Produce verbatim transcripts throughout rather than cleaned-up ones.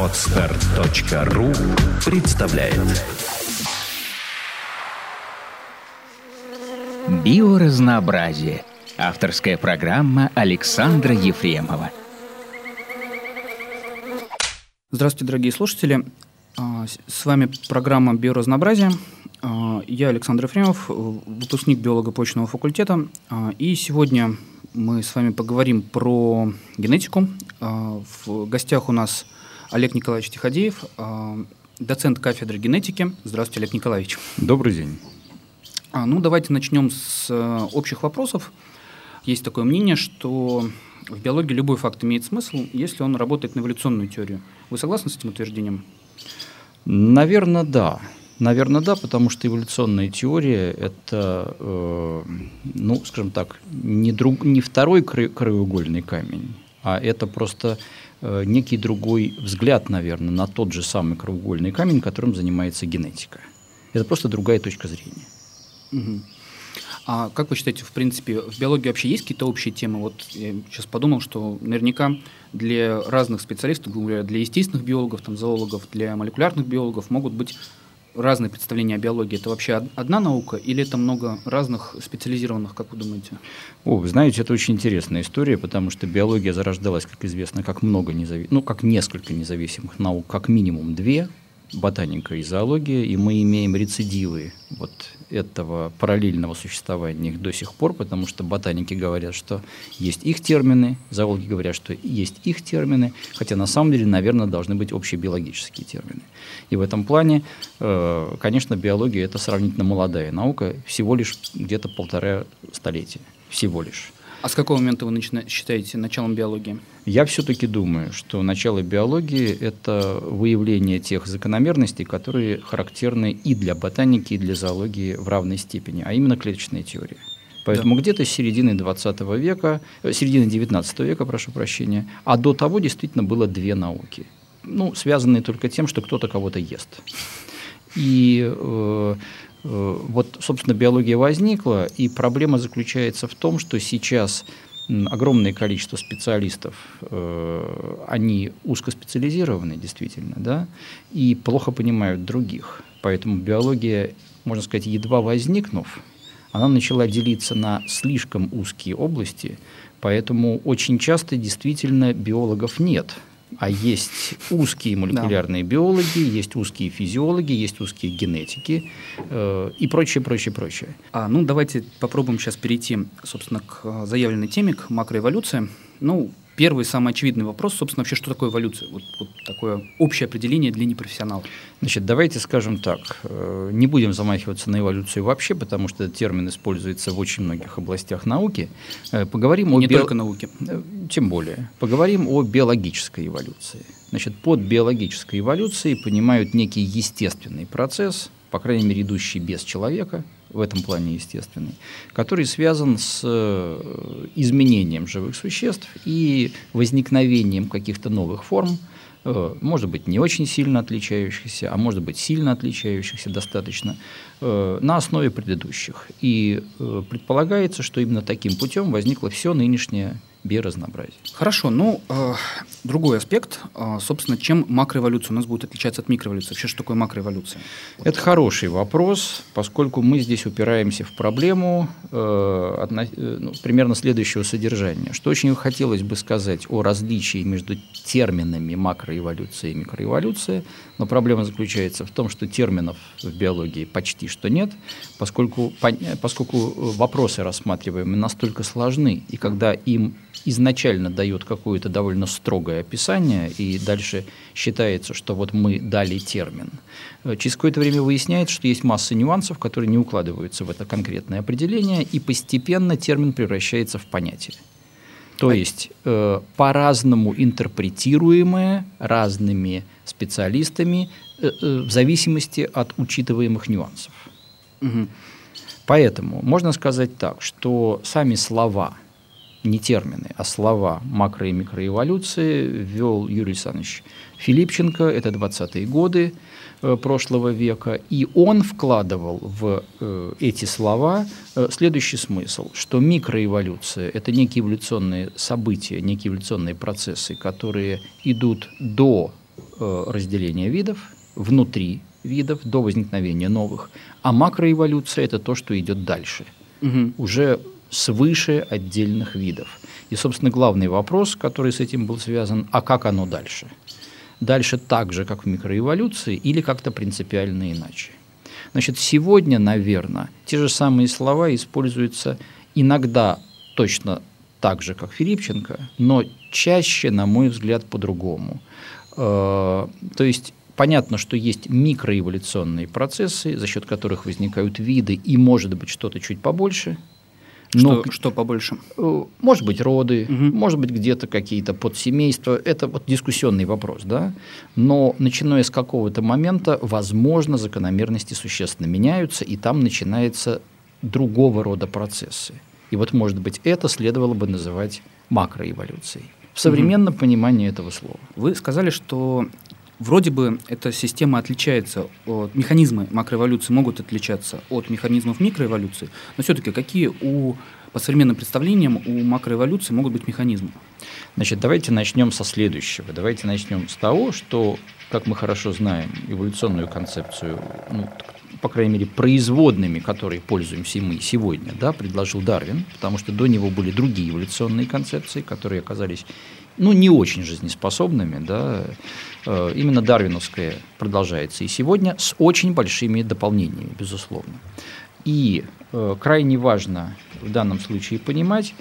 Подстер точка ру представляет Биоразнообразие. Авторская программа Александра Ефремова. Здравствуйте, дорогие слушатели. С вами программа «Биоразнообразие». Я Александр Ефремов, выпускник биолого-почвенного факультета. И сегодня мы с вами поговорим про генетику. В гостях у нас Олег Николаевич Тиходеев, доцент кафедры генетики. Здравствуйте, Олег Николаевич. Добрый день. Ну, давайте начнем с общих вопросов. Есть такое мнение, что в биологии любой факт имеет смысл, если он работает на эволюционную теорию. Вы согласны с этим утверждением? Наверное, да. Наверное, да, потому что эволюционная теория – это, э, ну, скажем так, не, друг, не второй кра- краеугольный камень, а это просто э, некий другой взгляд, наверное, на тот же самый краеугольный камень, которым занимается генетика. Это просто другая точка зрения. Угу. А как вы считаете, в принципе, в биологии вообще есть какие-то общие темы? Вот я сейчас подумал, что наверняка для разных специалистов, для естественных биологов, там, зоологов, для молекулярных биологов могут быть разные представления о биологии. Это вообще одна наука или это много разных специализированных, как вы думаете? О, вы знаете, это очень интересная история, потому что биология зарождалась, как известно, как много независимых, ну, как несколько независимых наук, как минимум две. Ботаника и зоология, и мы имеем рецидивы вот этого параллельного существования их до сих пор, потому что ботаники говорят, что есть их термины, зоологи говорят, что есть их термины, хотя на самом деле, наверное, должны быть общебиологические термины. И в этом плане, э, конечно, биология – это сравнительно молодая наука, всего лишь где-то полтора столетия, всего лишь. А с какого момента вы начина- считаете началом биологии? Я все-таки думаю, что начало биологии – это выявление тех закономерностей, которые характерны и для ботаники, и для зоологии в равной степени, а именно клеточная теория. Поэтому да. где-то с середины двадцатого века, середины девятнадцатого века, прошу прощения, а до того действительно было две науки, ну, связанные только тем, что кто-то кого-то ест. И э, Вот, собственно, биология возникла, и проблема заключается в том, что сейчас огромное количество специалистов, э, они узкоспециализированы, действительно, да, и плохо понимают других. Поэтому биология, можно сказать, едва возникнув, она начала делиться на слишком узкие области, поэтому очень часто действительно биологов нет. А есть узкие молекулярные да. биологи, есть узкие физиологи, есть узкие генетики э, и прочее, прочее, прочее. А, ну, давайте попробуем сейчас перейти, собственно, к заявленной теме, к макроэволюции. Ну, первый, самый очевидный вопрос, собственно, вообще, что такое эволюция? Вот, вот такое общее определение для непрофессионалов. Значит, давайте скажем так, не будем замахиваться на эволюцию вообще, потому что этот термин используется в очень многих областях науки. Поговорим И о не био... только науки. Тем более. Поговорим о биологической эволюции. Значит, под биологической эволюцией понимают некий естественный процесс, по крайней мере, идущий без человека, в этом плане естественный, который связан с изменением живых существ и возникновением каких-то новых форм, может быть, не очень сильно отличающихся, а может быть, сильно отличающихся достаточно, на основе предыдущих. И предполагается, что именно таким путем возникло все нынешнее биоразнообразие. Хорошо, ну, э, другой аспект, э, собственно, чем макроэволюция у нас будет отличаться от микроэволюции? Вообще, что такое макроэволюция? Это хороший вопрос, поскольку мы здесь упираемся в проблему э, одно, э, ну, примерно следующего содержания. Что очень хотелось бы сказать о различии между терминами макроэволюция и микроэволюция, но проблема заключается в том, что терминов в биологии почти что нет, поскольку, поскольку вопросы рассматриваемые настолько сложны, и когда им изначально дает какое-то довольно строгое описание, и дальше считается, что вот мы дали термин. Через какое-то время выясняется, что есть масса нюансов, которые не укладываются в это конкретное определение, и постепенно термин превращается в понятие. То есть э, по-разному интерпретируемое разными специалистами э, э, в зависимости от учитываемых нюансов. Угу. Поэтому можно сказать так, что сами слова, не термины, а слова макро- и микроэволюции ввел Юрий Александрович Филипченко, это двадцатые годы э, прошлого века, и он вкладывал в э, эти слова э, следующий смысл, что микроэволюция – это некие эволюционные события, некие эволюционные процессы, которые идут до э, разделения видов, внутри видов, до возникновения новых. А макроэволюция – это то, что идет дальше, угу. уже свыше отдельных видов. И, собственно, главный вопрос, который с этим был связан, а как оно дальше? Дальше так же, как в микроэволюции, или как-то принципиально иначе? Значит, сегодня, наверное, те же самые слова используются иногда точно так же, как Филипченко, но чаще, на мой взгляд, по-другому. То есть понятно, что есть микроэволюционные процессы, за счет которых возникают виды, и, может быть, что-то чуть побольше. Но, что, что побольше? Может быть, роды, угу. может быть, где-то какие-то подсемейства. Это вот дискуссионный вопрос, да? Но начиная с какого-то момента, возможно, закономерности существенно меняются, и там начинаются другого рода процессы. И вот, может быть, это следовало бы называть макроэволюцией в современном угу. понимании этого слова. Вы сказали, что вроде бы эта система отличается, от, механизмы макроэволюции могут отличаться от механизмов микроэволюции, но все-таки какие у, по современным представлениям у макроэволюции могут быть механизмы? Значит, давайте начнем со следующего. Давайте начнем с того, что, как мы хорошо знаем, эволюционную концепцию, ну, по крайней мере, производными, которые пользуемся мы сегодня, да, предложил Дарвин, потому что до него были другие эволюционные концепции, которые оказались ну, не очень жизнеспособными. Да. Именно дарвиновская продолжается и сегодня с очень большими дополнениями, безусловно. И э, крайне важно в данном случае понимать,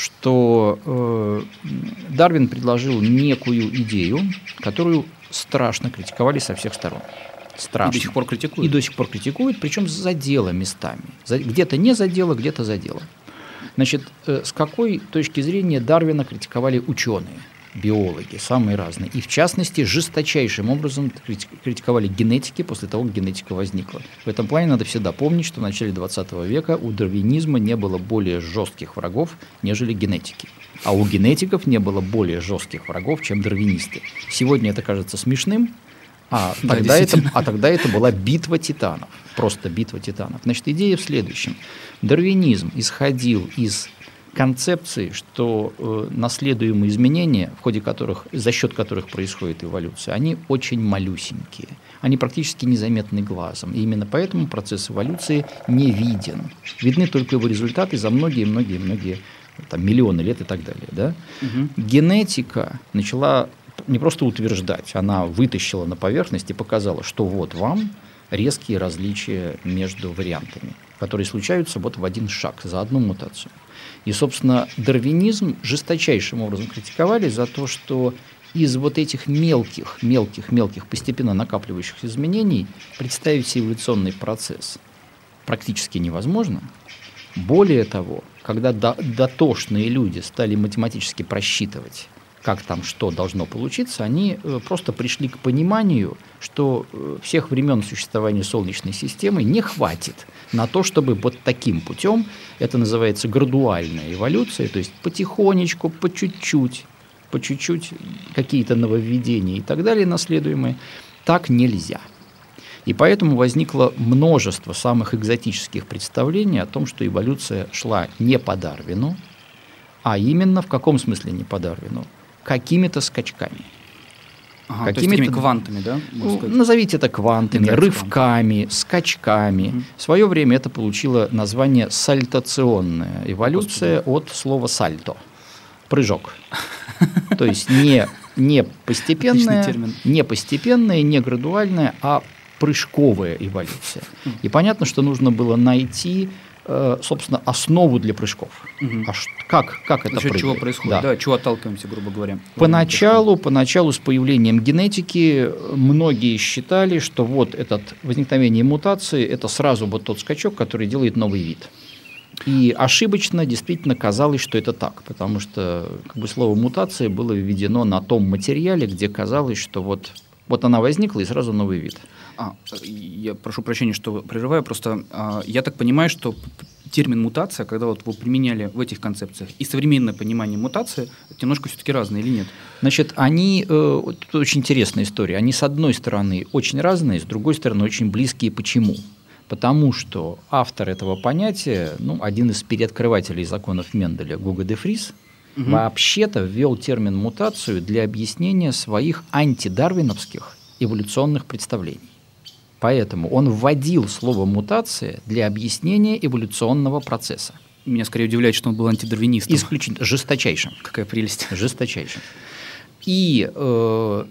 что э, Дарвин предложил некую идею, которую страшно критиковали со всех сторон. Страшно. И до сих пор критикуют. И до сих пор критикуют, причем за дело местами. Где-то не за дело, где-то за дело. Значит, с какой точки зрения Дарвина критиковали ученые, биологи, самые разные. И в частности, жесточайшим образом критиковали генетики после того, как генетика возникла. В этом плане надо всегда помнить, что в начале двадцатого века у дарвинизма не было более жестких врагов, нежели генетики. А у генетиков не было более жестких врагов, чем дарвинисты. Сегодня это кажется смешным, А тогда, да, это, а тогда это была битва титанов, просто битва титанов. Значит, идея в следующем. Дарвинизм исходил из концепции, что э, наследуемые изменения, в ходе которых, за счет которых происходит эволюция, они очень малюсенькие, они практически незаметны глазом. И именно поэтому процесс эволюции не виден. Видны только его результаты за многие-многие-многие там, миллионы лет и так далее. Да? Угу. Генетика начала не просто утверждать, она вытащила на поверхность и показала, что вот вам резкие различия между вариантами, которые случаются вот в один шаг, за одну мутацию. И, собственно, дарвинизм жесточайшим образом критиковали за то, что из вот этих мелких, мелких, мелких, постепенно накапливающихся изменений представить себе эволюционный процесс практически невозможно. Более того, когда дотошные люди стали математически просчитывать, как там что должно получиться, они просто пришли к пониманию, что всех времен существования Солнечной системы не хватит на то, чтобы вот таким путем, это называется градуальная эволюция, то есть потихонечку, по чуть-чуть, по чуть-чуть какие-то нововведения и так далее наследуемые, так нельзя. И поэтому возникло множество самых экзотических представлений о том, что эволюция шла не по Дарвину, а именно в каком смысле не по Дарвину? Какими-то скачками. Ага, какими-то, то есть такими квантами, да? Ну, назовите это квантами, это рывками, квант. скачками. Угу. В свое время это получило название сальтационная эволюция Господи. От слова сальто. Прыжок. То есть не, не постепенная, не постепенная, не градуальная, а прыжковая эволюция. И понятно, что нужно было найти, собственно, основу для прыжков. Угу. А как, как это происходит? Чего происходит? Да. Да, чего отталкиваемся, грубо говоря? Поначалу, поначалу с появлением генетики многие считали, что вот это возникновение мутации – это сразу вот тот скачок, который делает новый вид. И ошибочно действительно казалось, что это так, потому что как бы, слово «мутация» было введено на том материале, где казалось, что вот, вот она возникла и сразу новый вид. А, я прошу прощения, что прерываю, просто а, я так понимаю, что термин «мутация», когда вот вы применяли в этих концепциях, и современное понимание мутации, это немножко все-таки разные или нет? Значит, они, э, это очень интересная история, они с одной стороны очень разные, с другой стороны очень близкие. Почему? Потому что автор этого понятия, ну, один из переоткрывателей законов Менделя, Гуго де Фрис, угу. вообще-то ввел термин мутацию для объяснения своих антидарвиновских эволюционных представлений. Поэтому он вводил слово «мутация» для объяснения эволюционного процесса. Меня скорее удивляет, что он был антидарвинистом. Исключительно жесточайшим. Какая прелесть. Жесточайшим. И э,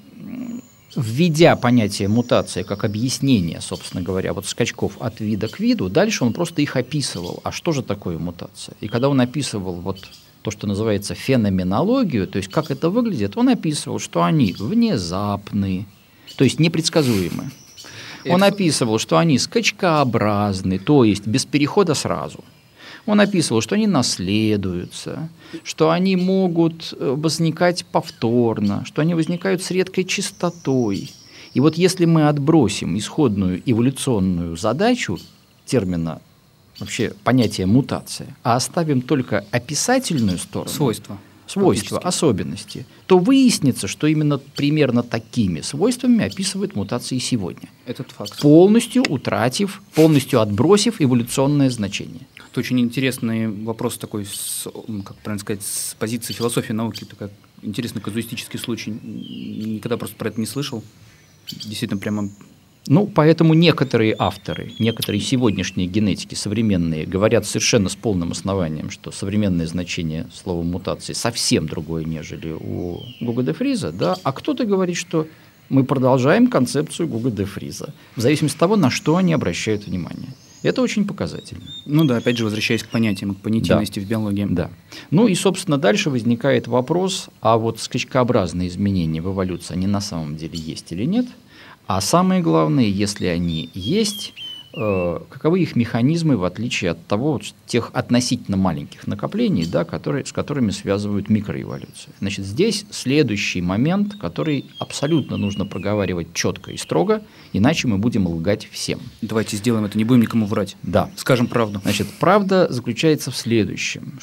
введя понятие мутация как объяснение, собственно говоря, вот скачков от вида к виду, дальше он просто их описывал. А что же такое мутация? И когда он описывал вот то, что называется феноменологию, то есть как это выглядит, он описывал, что они внезапны, то есть непредсказуемы. Он это... описывал, что они скачкообразны, то есть без перехода сразу. Он описывал, что они наследуются, что они могут возникать повторно, что они возникают с редкой частотой. И вот если мы отбросим исходную эволюционную задачу термина, вообще понятия мутация, а оставим только описательную сторону, свойства, свойства, особенности, то выяснится, что именно примерно такими свойствами описывают мутации сегодня. Этот факт. Полностью утратив, полностью отбросив эволюционное значение. Это очень интересный вопрос такой, с, как правильно сказать, с позиции философии науки. Такой интересный казуистический случай. Никогда просто про это не слышал. Действительно, прямо... Ну, поэтому некоторые авторы, некоторые сегодняшние генетики современные говорят совершенно с полным основанием, что современное значение слова мутации совсем другое, нежели у Гуго де Фриза, да? А кто-то говорит, что мы продолжаем концепцию Гуго де Фриза, в зависимости от того, на что они обращают внимание. Это очень показательно. Ну да, опять же, возвращаясь к понятиям, к понятийности да. в биологии. Да. Ну и, собственно, дальше возникает вопрос, а вот скачкообразные изменения в эволюции, они на самом деле есть или нет? А самое главное, если они есть, э, каковы их механизмы, в отличие от того, вот, тех относительно маленьких накоплений, да, которые, с которыми связывают микроэволюцию. Значит, здесь следующий момент, который абсолютно нужно проговаривать четко и строго, иначе мы будем лгать всем. Давайте сделаем это, не будем никому врать. Да. Скажем правду. Значит, правда заключается в следующем,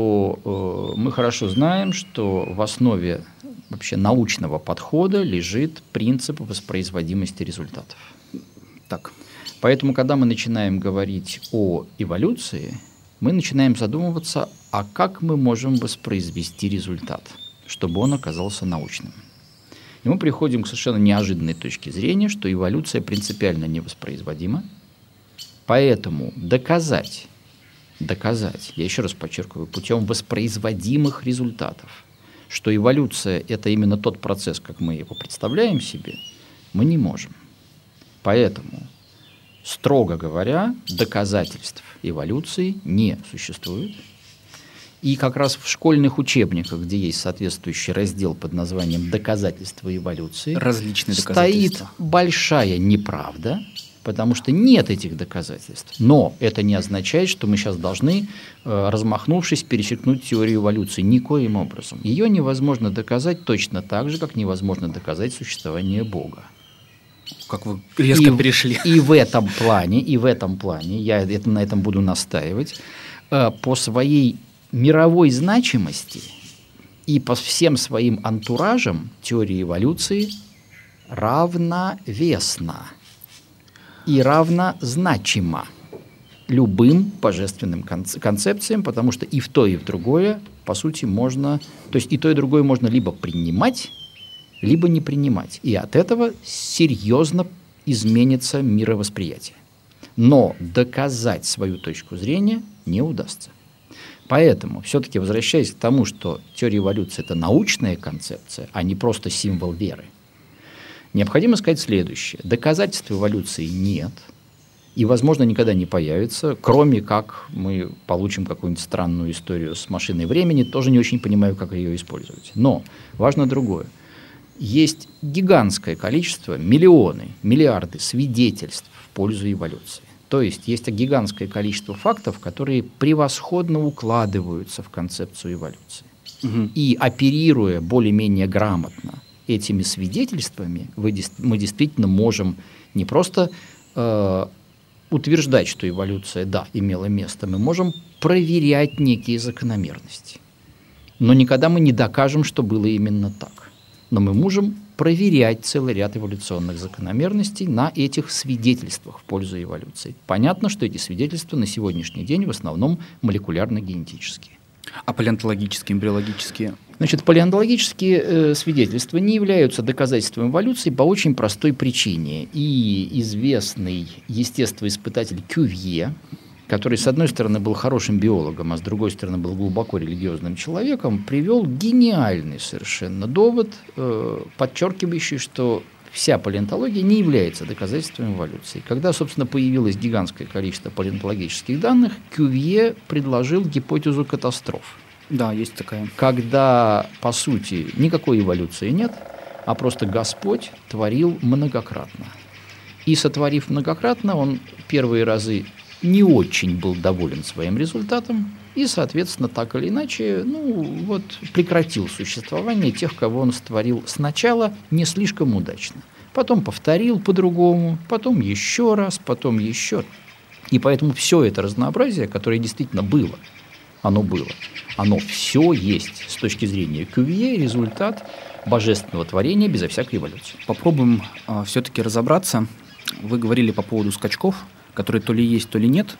что э, мы хорошо знаем, что в основе вообще научного подхода лежит принцип воспроизводимости результатов. Так. Поэтому, когда мы начинаем говорить о эволюции, мы начинаем задумываться, а как мы можем воспроизвести результат, чтобы он оказался научным. И мы приходим к совершенно неожиданной точке зрения, что эволюция принципиально невоспроизводима, поэтому доказать, доказать, я еще раз подчеркиваю, путем воспроизводимых результатов, что эволюция – это именно тот процесс, как мы его представляем себе, мы не можем. Поэтому, строго говоря, доказательств эволюции не существует. И как раз в школьных учебниках, где есть соответствующий раздел под названием «Доказательства эволюции», различные стоит большая неправда, потому что нет этих доказательств. Но это не означает, что мы сейчас должны, размахнувшись, перечеркнуть теорию эволюции. Никоим образом. Ее невозможно доказать точно так же, как невозможно доказать существование Бога. Как вы резко и, перешли. И в этом плане, и в этом плане, я это, на этом буду настаивать, по своей мировой значимости и по всем своим антуражам теория эволюции равновесна и равнозначима любым божественным концепциям, потому что и в то, и в другое, по сути, можно, то есть и то, и другое можно либо принимать, либо не принимать. И от этого серьезно изменится мировосприятие. Но доказать свою точку зрения не удастся. Поэтому, все-таки возвращаясь к тому, что теория эволюции – это научная концепция, а не просто символ веры, необходимо сказать следующее. Доказательств эволюции нет и, возможно, никогда не появится, кроме как мы получим какую-нибудь странную историю с машиной времени, тоже не очень понимаю, как ее использовать. Но важно другое. Есть гигантское количество, миллионы, миллиарды свидетельств в пользу эволюции. То есть есть гигантское количество фактов, которые превосходно укладываются в концепцию эволюции. Угу. И оперируя более-менее грамотно этими свидетельствами, мы действительно можем не просто э, утверждать, что эволюция, да, имела место, мы можем проверять некие закономерности. Но никогда мы не докажем, что было именно так. Но мы можем проверять целый ряд эволюционных закономерностей на этих свидетельствах в пользу эволюции. Понятно, что эти свидетельства на сегодняшний день в основном молекулярно-генетические. А палеонтологические, эмбриологические? Значит, палеонтологические э, свидетельства не являются доказательством эволюции по очень простой причине. И известный естествоиспытатель Кювье, который, с одной стороны, был хорошим биологом, а с другой стороны, был глубоко религиозным человеком, привел гениальный совершенно довод, э, подчеркивающий, что вся палеонтология не является доказательством эволюции. Когда, собственно, появилось гигантское количество палеонтологических данных, Кювье предложил гипотезу катастроф. Да, есть такая. Когда, по сути, никакой эволюции нет, а просто Господь творил многократно. И, сотворив многократно, он первые разы не очень был доволен своим результатом и, соответственно, так или иначе, ну, вот, прекратил существование тех, кого он сотворил сначала не слишком удачно. Потом повторил по-другому, потом еще раз, потом еще. И поэтому все это разнообразие, которое действительно было, оно было, оно все есть с точки зрения Кювье результат божественного творения безо всякой эволюции. Попробуем а, все-таки разобраться. Вы говорили по поводу скачков, которые то ли есть, то ли нет.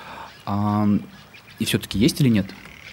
А, и все-таки есть или нет?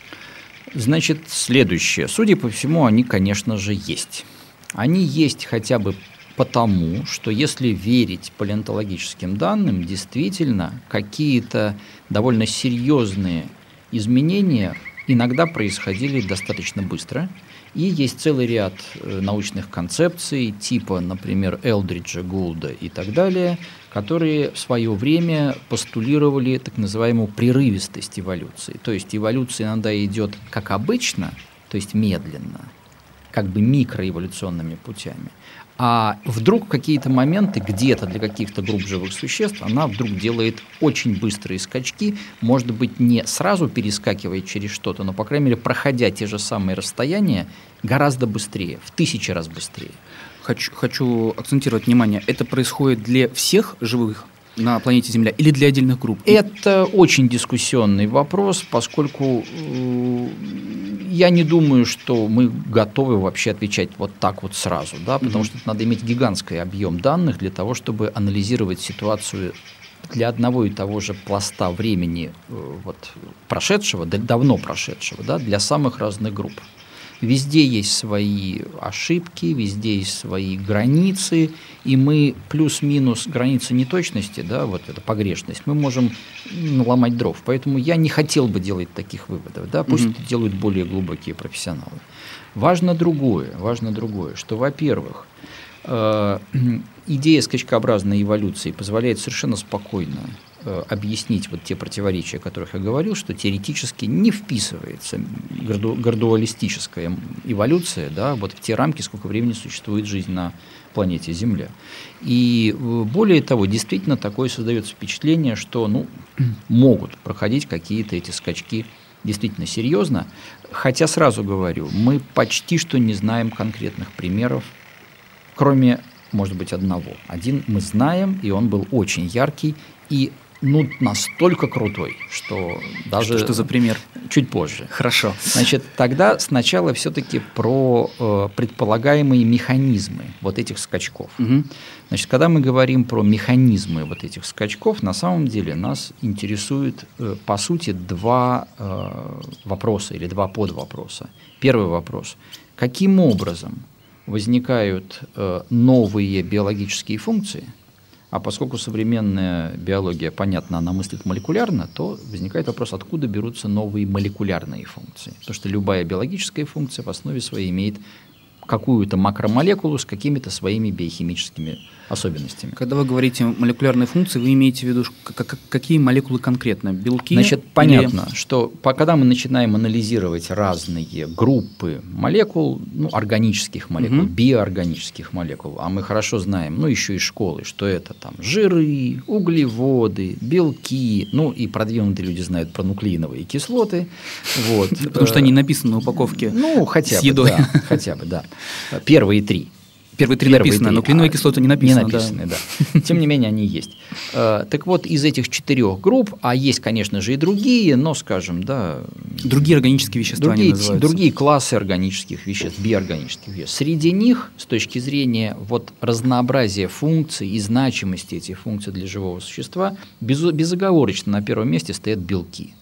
Значит, следующее. Судя по всему, они, конечно же, есть. Они есть хотя бы потому, что если верить палеонтологическим данным, действительно какие-то довольно серьезные изменения иногда происходили достаточно быстро. И есть целый ряд научных концепций, типа, например, Элдриджа, Гулда и так далее, которые в свое время постулировали так называемую прерывистость эволюции. То есть эволюция иногда идет как обычно, то есть медленно, как бы микроэволюционными путями. А вдруг в какие-то моменты где-то для каких-то групп живых существ она вдруг делает очень быстрые скачки, может быть, не сразу перескакивая через что-то, но, по крайней мере, проходя те же самые расстояния гораздо быстрее, в тысячи раз быстрее. Хочу, хочу акцентировать внимание, это происходит для всех живых на планете Земля или для отдельных групп? Это очень дискуссионный вопрос, поскольку э, я не думаю, что мы готовы вообще отвечать вот так вот сразу, да, потому mm-hmm. что надо иметь гигантский объем данных для того, чтобы анализировать ситуацию для одного и того же пласта времени э, вот, прошедшего, давно прошедшего, да, для самых разных групп. Везде есть свои ошибки, везде есть свои границы, и мы плюс-минус границы неточности, да, вот эта погрешность, мы можем наломать дров. Поэтому я не хотел бы делать таких выводов, да, пусть mm-hmm. это делают более глубокие профессионалы. Важно другое, важно другое, что, во-первых, э, идея скачкообразной эволюции позволяет совершенно спокойно объяснить вот те противоречия, о которых я говорил, что теоретически не вписывается граду, градуалистическая эволюция, да, вот в те рамки, сколько времени существует жизнь на планете Земля. И более того, действительно такое создается впечатление, что ну, могут проходить какие-то эти скачки действительно серьезно, хотя сразу говорю, мы почти что не знаем конкретных примеров, кроме, может быть, одного. Один мы знаем, и он был очень яркий, и ну, настолько крутой, что даже… Что, что за пример? Чуть позже. Хорошо. Значит, тогда сначала все-таки про э, предполагаемые механизмы вот этих скачков. Угу. Значит, когда мы говорим про механизмы вот этих скачков, на самом деле нас интересует, э, по сути, два э, вопроса или два подвопроса. Первый вопрос. Каким образом возникают э, новые биологические функции? А поскольку современная биология, понятно, она мыслит молекулярно, то возникает вопрос, откуда берутся новые молекулярные функции. Потому что любая биологическая функция в основе своей имеет какую-то макромолекулу с какими-то своими биохимическими особенностями. Когда вы говорите молекулярные функции, вы имеете в виду какие молекулы конкретно? Белки? Значит, понятно, или… что когда мы начинаем анализировать разные группы молекул, ну, органических молекул, угу. биоорганических молекул, а мы хорошо знаем, ну, еще из школы, что это там жиры, углеводы, белки, ну, и продвинутые люди знают про нуклеиновые кислоты. Вот. Потому что они написаны на упаковке ну, хотя с едой. Бы, да, хотя бы, да. Первые три. Первые три Первые написаны, три. но нуклеиновые кислоты не написаны. Не написаны, да. да. Тем не менее, они есть. Так вот, из этих четырех групп, а есть, конечно же, и другие, но, скажем, да… Другие органические вещества другие, они называются. Другие классы органических веществ, биоорганических веществ. Среди них, с точки зрения вот, разнообразия функций и значимости этих функций для живого существа, без, безоговорочно на первом месте стоят белки.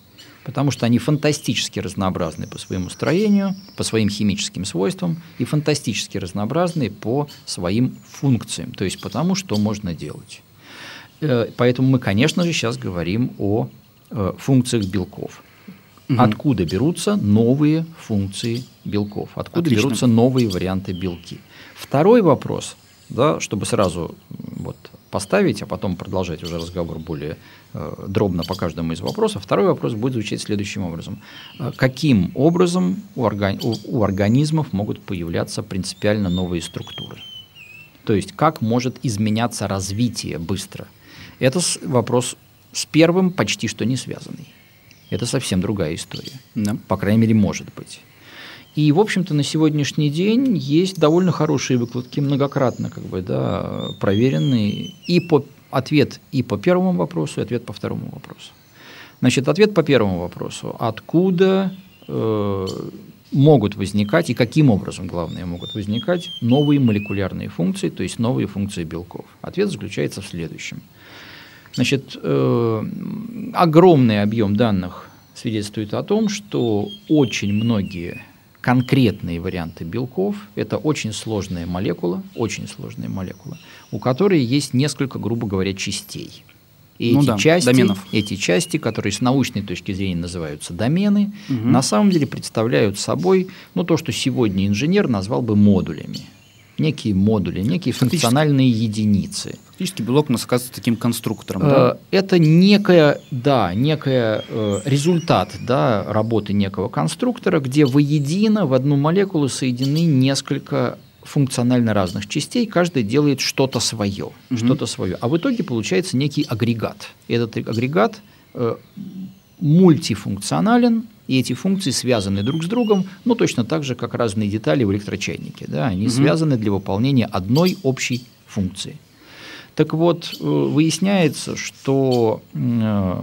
потому что они фантастически разнообразны по своему строению, по своим химическим свойствам и фантастически разнообразны по своим функциям, то есть по тому, что можно делать. Поэтому мы, конечно же, сейчас говорим о функциях белков. Угу. Откуда берутся новые функции белков? Откуда Отлично. берутся новые варианты белки? Второй вопрос, да, чтобы сразу вот, поставить, а потом продолжать уже разговор более э, дробно по каждому из вопросов. Второй вопрос будет звучать следующим образом. Каким образом у, органи- у, у организмов могут появляться принципиально новые структуры? То есть, как может изменяться развитие быстро? Это вопрос с первым почти что не связанный. Это совсем другая история. Да. По крайней мере, может быть. И, в общем-то, на сегодняшний день есть довольно хорошие выкладки, многократно как бы, да, проверенные. И по, ответ и по первому вопросу, и ответ по второму вопросу. Значит, ответ по первому вопросу. Откуда э, могут возникать и каким образом, главное, могут возникать новые молекулярные функции, то есть новые функции белков? Ответ заключается в следующем. Значит, э, огромный объем данных свидетельствует о том, что очень многие конкретные варианты белков – это очень сложная молекула, очень сложная молекула, у которой есть несколько, грубо говоря, частей. И ну эти, да, части, доменов. эти части, которые с научной точки зрения называются домены, угу. на самом деле представляют собой ну, то, что сегодня инженер назвал бы модулями. Некие модули, некие функциональные единицы. Фактически белок у нас оказывается таким конструктором. Да? Это некая, да, некая э, результат да, работы некого конструктора, где воедино в одну молекулу соединены несколько функционально разных частей, каждая делает что-то свое, угу. что-то свое. А в итоге получается некий агрегат. Этот агрегат э, мультифункционален, и эти функции связаны друг с другом, ну, точно так же, как разные детали в электрочайнике. Да, они угу. связаны для выполнения одной общей функции. Так вот, выясняется, что э,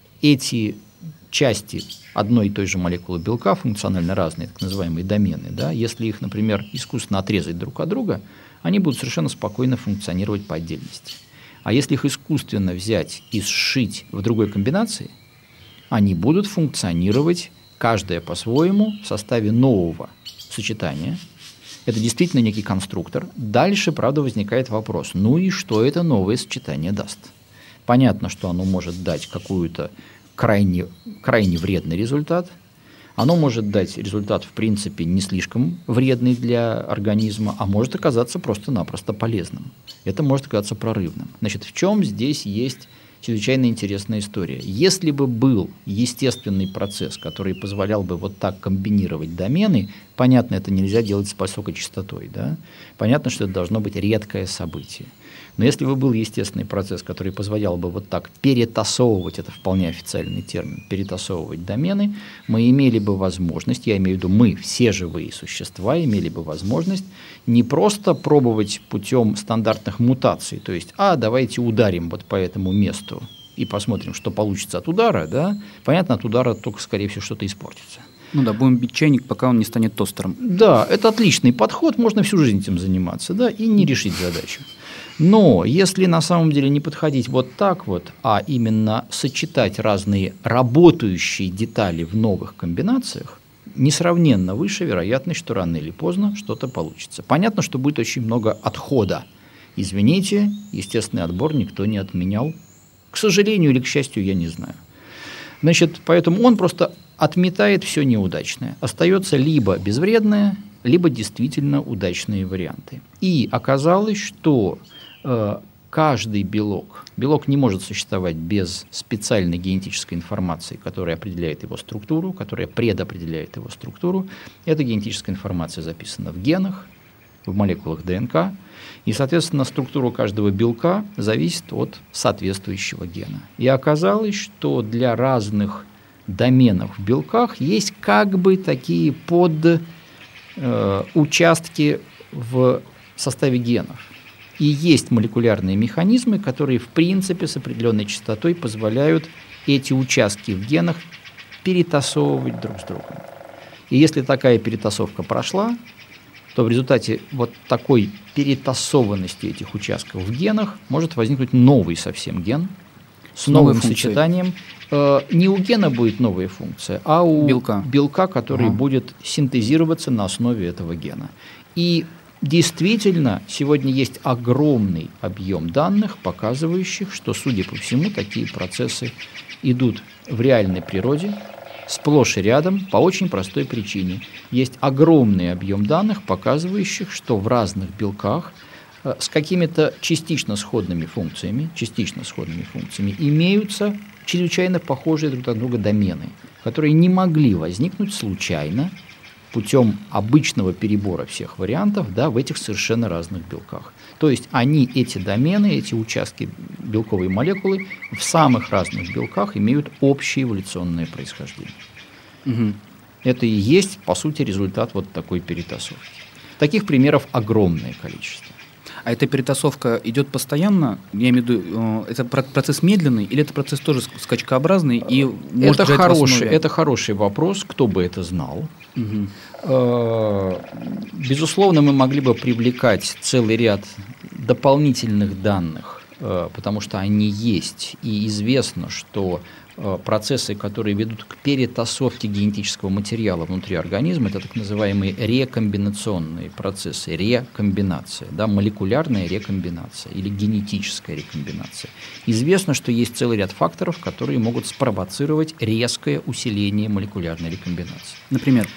эти части одной и той же молекулы белка, функционально разные, так называемые домены, да, если их, например, искусственно отрезать друг от друга, они будут совершенно спокойно функционировать по отдельности. А если их искусственно взять и сшить в другой комбинации, они будут функционировать каждая по-своему в составе нового сочетания. Это действительно некий конструктор. Дальше, правда, возникает вопрос, ну и что это новое сочетание даст? Понятно, что оно может дать какую-то крайне, крайне вредный результат. Оно может дать результат, в принципе, не слишком вредный для организма, а может оказаться просто-напросто полезным. Это может оказаться прорывным. Значит, в чем здесь есть чрезвычайно интересная история. Если бы был естественный процесс, который позволял бы вот так комбинировать домены, понятно, это нельзя делать с высокой частотой, да? Понятно, что это должно быть редкое событие. Но если бы был естественный процесс, который позволял бы вот так перетасовывать, это вполне официальный термин, перетасовывать домены, мы имели бы возможность, я имею в виду мы, все живые существа, имели бы возможность не просто пробовать путем стандартных мутаций, то есть, а, давайте ударим вот по этому месту и посмотрим, что получится от удара, да? Понятно, от удара только, скорее всего, что-то испортится. Ну да, будем бить чайник, пока он не станет тостером. Да, это отличный подход, можно всю жизнь этим заниматься, да, и не решить задачу. Но если на самом деле не подходить вот так вот, а именно сочетать разные работающие детали в новых комбинациях, несравненно выше вероятность, что рано или поздно что-то получится. Понятно, что будет очень много отхода. Извините, естественный отбор никто не отменял. К сожалению или к счастью, я не знаю. Значит, поэтому он просто отметает все неудачное. Остается либо безвредное, либо действительно удачные варианты. И оказалось, что э, каждый белок, белок не может существовать без специальной генетической информации, которая определяет его структуру, которая предопределяет его структуру. Эта генетическая информация записана в генах, в молекулах ДНК, и, соответственно, структура каждого белка зависит от соответствующего гена. И оказалось, что для разных доменов в белках есть как бы такие под э, участки в составе генов. И есть молекулярные механизмы, которые в принципе с определенной частотой позволяют эти участки в генах перетасовывать друг с другом. И если такая перетасовка прошла, то в результате вот такой перетасованности этих участков в генах может возникнуть новый совсем ген. с новым сочетанием. Не у гена будет новая функция, а у белка, белка который ага. будет синтезироваться на основе этого гена. И действительно, сегодня есть огромный объем данных, показывающих, что, судя по всему, такие процессы идут в реальной природе, сплошь и рядом, по очень простой причине. Есть огромный объем данных, показывающих, что в разных белках с какими-то частично сходными функциями, частично сходными функциями имеются чрезвычайно похожие друг на друга домены, которые не могли возникнуть случайно путем обычного перебора всех вариантов, да, в этих совершенно разных белках. То есть они, эти домены, эти участки белковой молекулы в самых разных белках имеют общее эволюционное происхождение. Угу. Это и есть, по сути, результат вот такой перетасовки. Таких примеров огромное количество. А эта перетасовка идет постоянно? Я имею в виду, это процесс медленный или это процесс тоже скачкообразный? И может это, хороший, это хороший вопрос, кто бы это знал. Угу. Безусловно, мы могли бы привлекать целый ряд дополнительных данных, потому что они есть, и известно, что процессы, которые ведут к перетасовке генетического материала внутри организма, это так называемые рекомбинационные процессы, рекомбинация, да, молекулярная рекомбинация или генетическая рекомбинация. Известно, что есть целый ряд факторов, которые могут спровоцировать резкое усиление молекулярной рекомбинации. Например?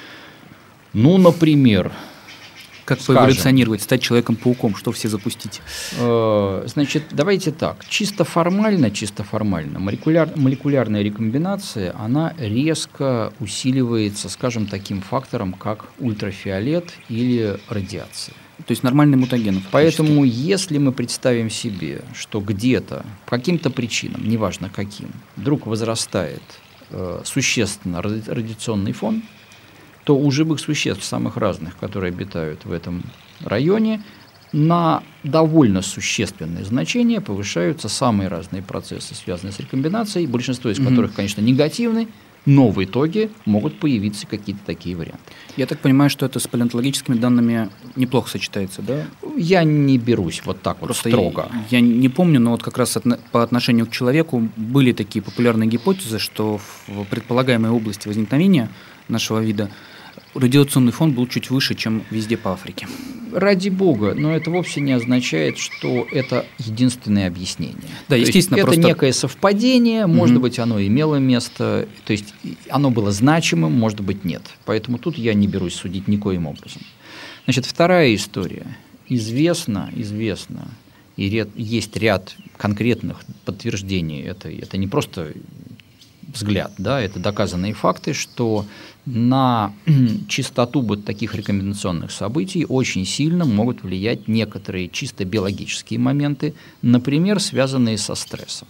Ну, например... Как поэволюционировать, стать Человеком-пауком, что все запустить? Значит, давайте так. Чисто формально, чисто формально, молекуляр, молекулярная рекомбинация, она резко усиливается, скажем, таким фактором, как ультрафиолет или радиация. То есть нормальный мутаген. Поэтому, если мы представим себе, что где-то по каким-то причинам, неважно каким, вдруг возрастает э, существенно радиационный фон, то у живых существ, самых разных, которые обитают в этом районе, на довольно существенное значение повышаются самые разные процессы, связанные с рекомбинацией, большинство из mm-hmm. которых, конечно, негативны, но в итоге могут появиться какие-то такие варианты. Я так понимаю, что это с палеонтологическими данными неплохо сочетается, да? Я не берусь вот так Просто вот строго. Я, я не помню, но вот как раз от, по отношению к человеку были такие популярные гипотезы, что в предполагаемой области возникновения нашего вида радиационный фон был чуть выше, чем везде по Африке. Ради бога, но это вовсе не означает, что это единственное объяснение. Да, то естественно, это просто... некое совпадение, может угу. быть, оно имело место, то есть оно было значимым, может быть, нет. Поэтому тут я не берусь судить никоим образом. Значит, вторая история. Известно, известно, и ряд, есть ряд конкретных подтверждений, это, это не просто взгляд, да, это доказанные факты, что на частоту вот таких рекомбинационных событий очень сильно могут влиять некоторые чисто биологические моменты, например, связанные со стрессом.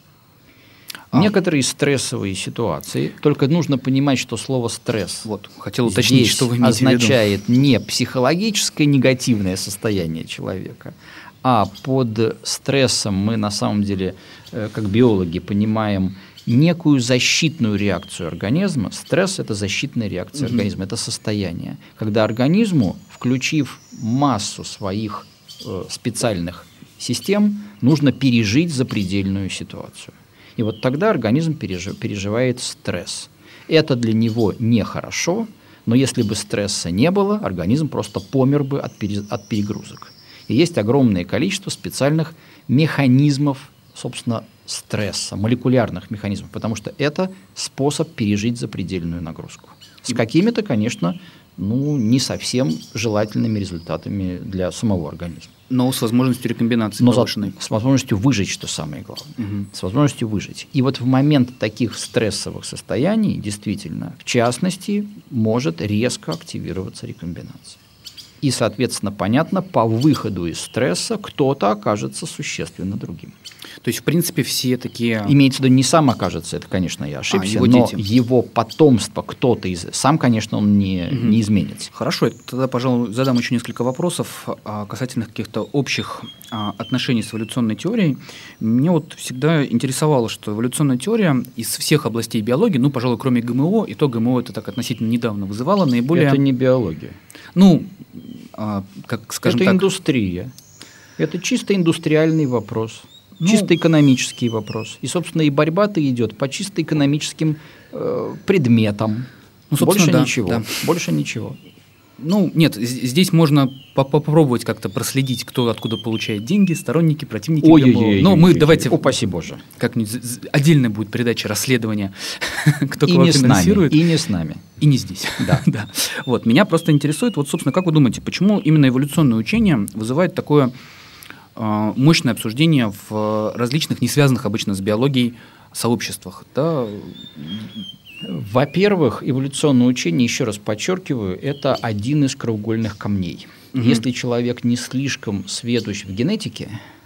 А. Некоторые стрессовые ситуации, только нужно понимать, что слово «стресс» вот, хотел уточнить, здесь что вы имеете означает в виду. Не психологическое негативное состояние человека, а под стрессом мы на самом деле, как биологи, понимаем некую защитную реакцию организма. Стресс – это защитная реакция угу. организма, это состояние, когда организму, включив массу своих э, специальных систем, нужно пережить запредельную ситуацию. И вот тогда организм пережив, переживает стресс. Это для него нехорошо, но если бы стресса не было, организм просто помер бы от, пере, от перегрузок. И есть огромное количество специальных механизмов, собственно, стресса, молекулярных механизмов, потому что это способ пережить запредельную нагрузку. С какими-то, конечно, ну, не совсем желательными результатами для самого организма. Но с возможностью рекомбинации Но повышенной. С возможностью выжить, что самое главное. Угу. С возможностью выжить. И вот в момент таких стрессовых состояний, действительно, в частности, может резко активироваться рекомбинация. И, соответственно, понятно, по выходу из стресса кто-то окажется существенно другим. То есть, в принципе, все такие… Имеется в виду, не сам окажется, это, конечно, я ошибся, а, его но дети. Его потомство, кто-то из… Сам, конечно, он не, угу. не изменится. Хорошо, тогда, пожалуй, задам еще несколько вопросов касательно каких-то общих отношений с эволюционной теорией. Меня вот всегда интересовало, что эволюционная теория из всех областей биологии, ну, пожалуй, кроме ГМО, и то ГМО это так относительно недавно вызывало наиболее… Это не биология. Ну, как, скажем это так… индустрия. Это чисто индустриальный вопрос. Ну, чисто экономический вопрос. И, собственно, и борьба-то идет по чисто экономическим э, предметам. Ну, больше да, ничего. Да. Больше ничего. Ну, нет, здесь можно попробовать как-то проследить, кто откуда получает деньги, сторонники, противники гэ эм о. Но мы давайте... Упаси Боже. Как-нибудь отдельная будет передача расследования, кто и кого не финансирует. С нами, и не с нами. И не здесь. Да. да. Вот, меня просто интересует, вот, собственно, как вы думаете, почему именно эволюционное учение вызывает такое э, мощное обсуждение в различных, не связанных обычно с биологией, сообществах? Да? Во-первых, эволюционное учение, еще раз подчеркиваю, это один из краеугольных камней. Угу. Если человек не слишком сведущ в генетике,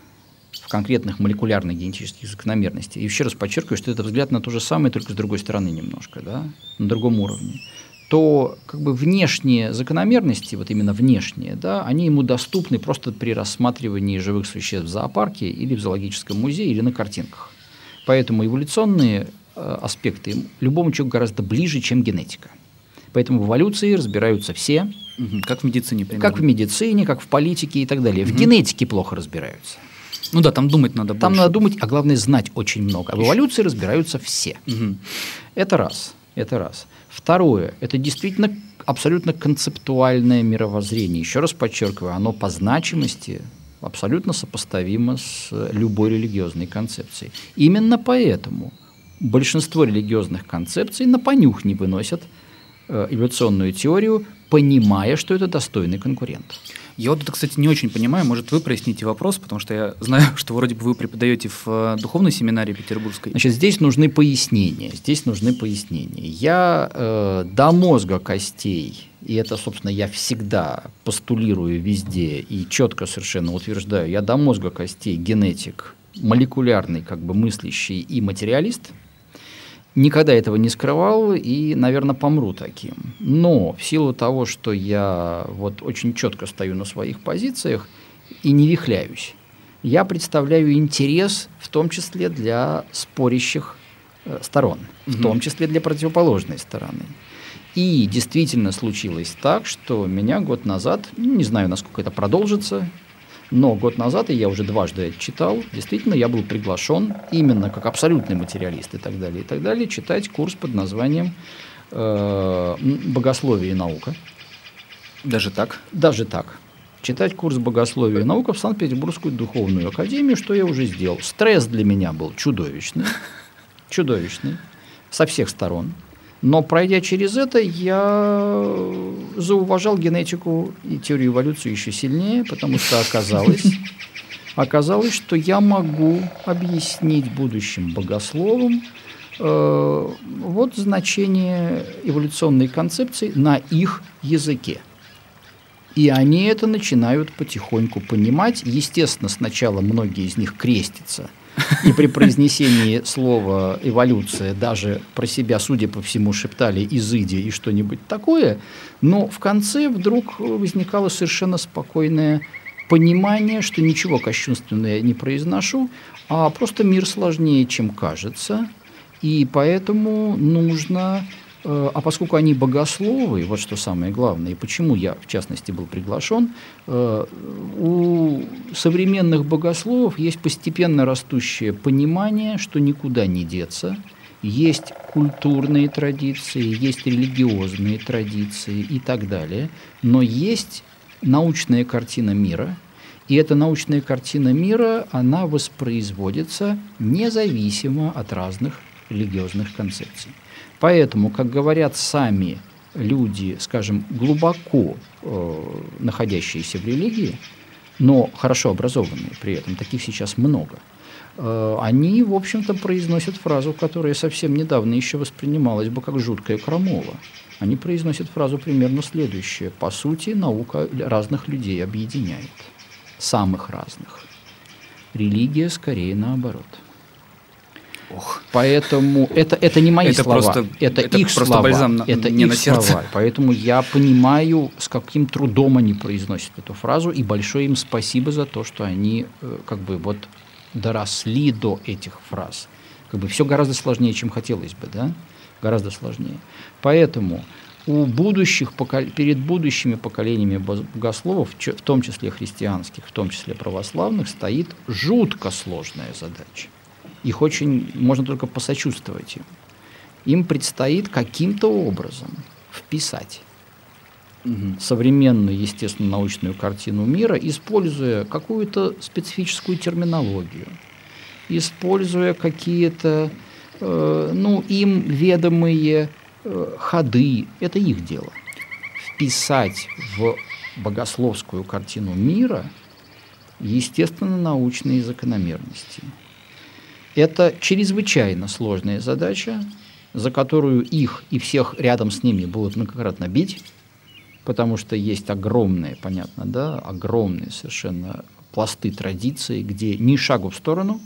в конкретных молекулярных генетических закономерностях, и еще раз подчеркиваю, что это взгляд на то же самое, только с другой стороны немножко, да, на другом уровне, то как бы внешние закономерности, вот именно внешние, да, они ему доступны просто при рассматривании живых существ в зоопарке или в зоологическом музее или на картинках. Поэтому эволюционные аспекты любому человеку гораздо ближе, чем генетика. Поэтому в эволюции разбираются все. Угу. Как в медицине, примерно. Как в медицине, как в политике и так далее. Угу. В генетике плохо разбираются. Ну да, там думать надо больше. Там надо думать, а главное знать очень много. А в эволюции разбираются все. Угу. Это раз. Это раз. Второе. Это действительно абсолютно концептуальное мировоззрение. Еще раз подчеркиваю, оно по значимости абсолютно сопоставимо с любой религиозной концепцией. Именно поэтому большинство религиозных концепций на понюх не выносят э, эволюционную теорию, понимая, что это достойный конкурент. Я вот это, кстати, не очень понимаю. Может, вы проясните вопрос, потому что я знаю, что вроде бы вы преподаете в э, духовной семинарии петербургской. Значит, здесь нужны пояснения. Здесь нужны пояснения. Я э, до мозга костей, и это, собственно, я всегда постулирую везде и четко совершенно утверждаю, я до мозга костей генетик, молекулярный, как бы мыслящий и материалист. Никогда этого не скрывал и, наверное, помру таким. Но в силу того, что я вот очень четко стою на своих позициях и не вихляюсь, я представляю интерес в том числе для спорящих э, сторон, угу. в том числе для противоположной стороны. И действительно случилось так, что меня год назад, не знаю, насколько это продолжится, но год назад, и я уже дважды это читал, действительно, я был приглашен именно как абсолютный материалист и так далее, и так далее, читать курс под названием э, «Богословие и наука». Даже так? Даже так. Читать курс «Богословие и наука» в Санкт-Петербургскую духовную академию, что я уже сделал. Стресс для меня был чудовищный, чудовищный, со всех сторон. Но, пройдя через это, я зауважал генетику и теорию эволюции еще сильнее, потому что оказалось, оказалось, что я могу объяснить будущим богословам э, вот значение эволюционной концепции на их языке. И они это начинают потихоньку понимать. Естественно, сначала многие из них крестятся. И при произнесении слова «эволюция» даже про себя, судя по всему, шептали «изыди» и что-нибудь такое, но в конце вдруг возникало совершенно спокойное понимание, что ничего кощунственного я не произношу, а просто мир сложнее, чем кажется, и поэтому нужно... А поскольку они богословы, вот что самое главное, и почему я, в частности, был приглашен, у современных богословов есть постепенно растущее понимание, что никуда не деться, есть культурные традиции, есть религиозные традиции и так далее, но есть научная картина мира, и эта научная картина мира, она воспроизводится независимо от разных религиозных концепций. Поэтому, как говорят сами люди, скажем, глубоко э, находящиеся в религии, но хорошо образованные при этом, таких сейчас много, э, они, в общем-то, произносят фразу, которая совсем недавно еще воспринималась бы как жуткая крамола. Они произносят фразу примерно следующее. По сути, наука разных людей объединяет. Самых разных. Религия скорее наоборот. Ох. Поэтому это, это не мои это слова, просто, это, это их просто слова, бальзам на, это не их на сердце. слова. Поэтому я понимаю, с каким трудом они произносят эту фразу, и большое им спасибо за то, что они как бы вот доросли до этих фраз. Как бы все гораздо сложнее, чем хотелось бы, да? Гораздо сложнее. Поэтому у будущих, перед будущими поколениями богословов, в том числе христианских, в том числе православных, стоит жутко сложная задача. Их очень, можно только посочувствовать им. Им предстоит каким-то образом вписать угу. современную естественно-научную картину мира, используя какую-то специфическую терминологию, используя какие-то э, ну, им ведомые э, ходы. Это их дело. Вписать в богословскую картину мира естественно-научные закономерности. Это чрезвычайно сложная задача, за которую их и всех рядом с ними будут многократно бить, потому что есть огромные, понятно, да, огромные совершенно пласты традиций, где ни шагу в сторону,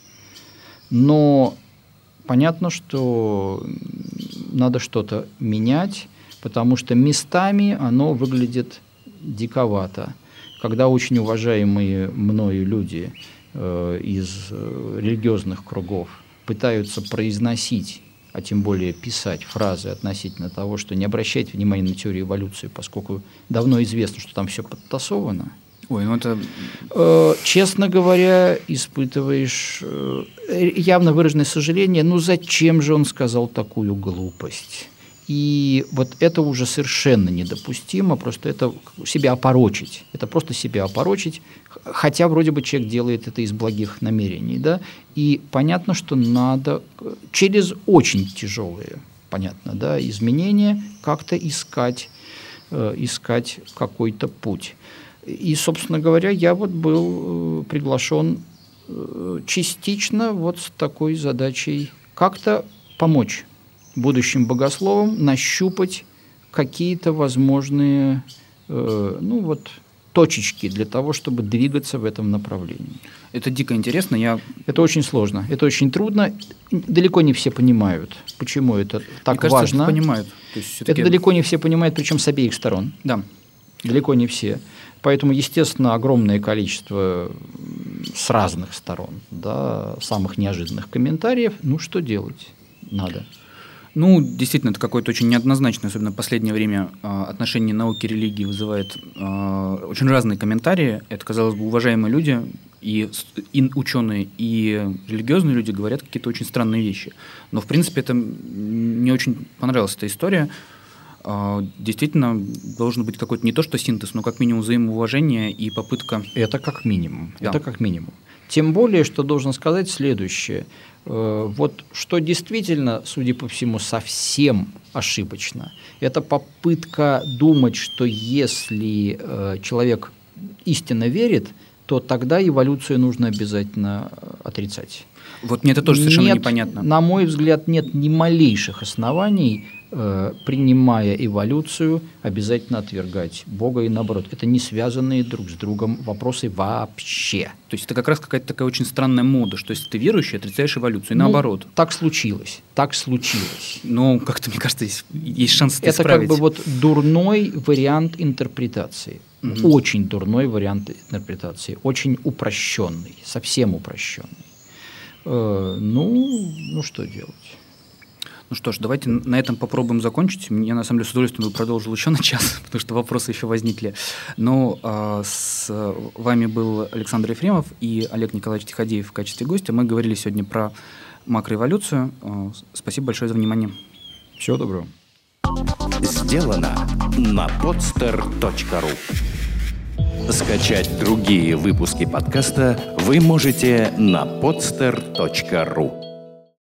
но понятно, что надо что-то менять, потому что местами оно выглядит диковато. Когда очень уважаемые мною люди э, из э, религиозных кругов пытаются произносить, а тем более писать фразы относительно того, что не обращайте внимания на теорию эволюции, поскольку давно известно, что там все подтасовано. Ой, ну это... Э, честно говоря, испытываешь э, явно выраженное сожаление, ну зачем же он сказал такую глупость? И вот это уже совершенно недопустимо, просто это себя опорочить. Это просто себя опорочить, хотя вроде бы человек делает это из благих намерений. Да? И понятно, что надо через очень тяжелые, понятно, да, изменения как-то искать, э, искать какой-то путь. И, собственно говоря, я вот был э, приглашен э, частично вот с такой задачей как-то помочь будущим богословам нащупать какие-то возможные э, ну вот, точечки для того, чтобы двигаться в этом направлении. Это дико интересно. Я... Это очень сложно, это очень трудно. Далеко не все понимают, почему это так Мне кажется, важно. Что понимают. То есть это далеко не все понимают, причем с обеих сторон. Да. Далеко не все. Поэтому, естественно, огромное количество с разных сторон, да, самых неожиданных комментариев. Ну, что делать? Надо. Ну, действительно, это какое-то очень неоднозначное, особенно в последнее время, отношение науки и религии вызывает очень разные комментарии. Это, казалось бы, уважаемые люди, и, и ученые, и религиозные люди говорят какие-то очень странные вещи. Но, в принципе, это мне очень понравилась эта история. Действительно, должен быть какой-то не то что синтез, но как минимум взаимоуважение и попытка... Это как минимум. Да. Это как минимум. Тем более, что должен сказать следующее. Вот что действительно, судя по всему, совсем ошибочно, это попытка думать, что если человек истинно верит, то тогда эволюцию нужно обязательно отрицать. Вот мне это тоже совершенно нет, непонятно. На мой взгляд, нет ни малейших оснований, э, принимая эволюцию, обязательно отвергать Бога и наоборот. Это не связанные друг с другом вопросы вообще. То есть это как раз какая-то такая очень странная мода, что если ты верующий, отрицаешь эволюцию, и ну, наоборот. Так случилось. Так случилось. Ну, как-то, мне кажется, есть, есть шанс это Это исправить. как бы вот дурной вариант интерпретации. Угу. Очень дурной вариант интерпретации. Очень упрощенный, совсем упрощенный. Ну, ну, что делать? Ну что ж, давайте на этом попробуем закончить. Я, на самом деле, с удовольствием бы продолжил еще на час, потому что вопросы еще возникли. Но а, с вами был Александр Ефремов и Олег Николаевич Тиходеев в качестве гостя. Мы говорили сегодня про макроэволюцию. А, спасибо большое за внимание. Всего доброго. Сделано на подстер точка ру. Скачать другие выпуски подкаста вы можете на подстер точка ру.